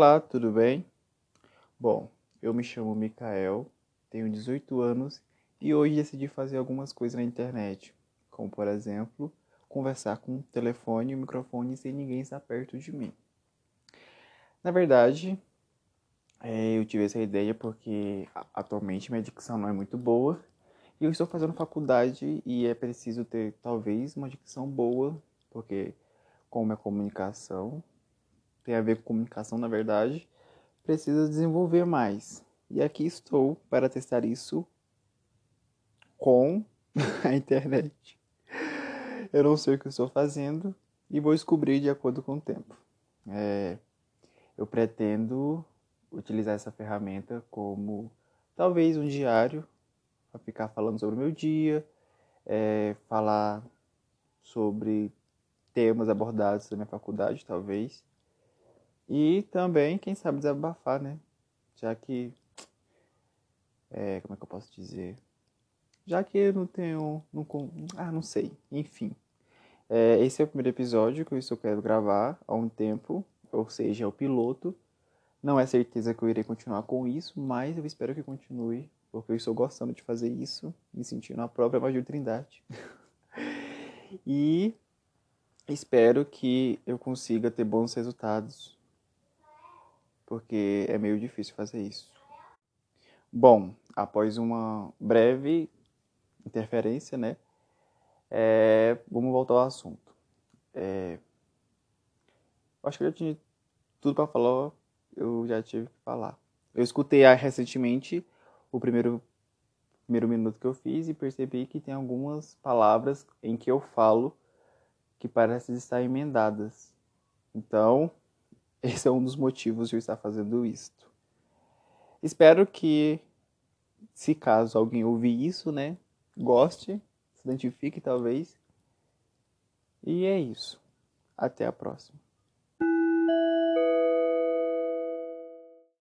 Olá, tudo bem? Bom, eu me chamo Mikael, tenho 18 anos e hoje decidi fazer algumas coisas na internet, como por exemplo, conversar com o telefone e o microfone sem ninguém estar perto de mim. Na verdade, eu tive essa ideia porque atualmente minha dicção não é muito boa e eu estou fazendo faculdade e é preciso ter talvez uma dicção boa, porque como é comunicação, tem a ver com comunicação na verdade, precisa desenvolver mais. E aqui estou para testar isso com a internet. Eu não sei o que eu estou fazendo e vou descobrir de acordo com o tempo. Eu pretendo utilizar essa ferramenta como talvez um diário para ficar falando sobre o meu dia, falar sobre temas abordados na minha faculdade, talvez. E também, quem sabe, desabafar, né? Já que, como é que eu posso dizer? Já que eu não tenho. Não sei. Enfim. Esse é o primeiro episódio que eu estou querendo gravar há um tempo. Ou seja, é o piloto. Não é certeza que eu irei continuar com isso, mas eu espero que continue. Porque eu estou gostando de fazer isso. Me sentindo a própria Major Trindade. E espero que eu consiga ter bons resultados. Porque é meio difícil fazer isso. Bom, após uma breve interferência, né? Vamos voltar ao assunto. Acho que eu já tinha tudo para falar, eu já tive que falar. Eu escutei recentemente o primeiro minuto que eu fiz e percebi que tem algumas palavras em que eu falo que parecem estar emendadas. Então, esse é um dos motivos de eu estar fazendo isto. Espero que, se caso alguém ouvir isso, né, goste, se identifique talvez. E é isso. Até a próxima.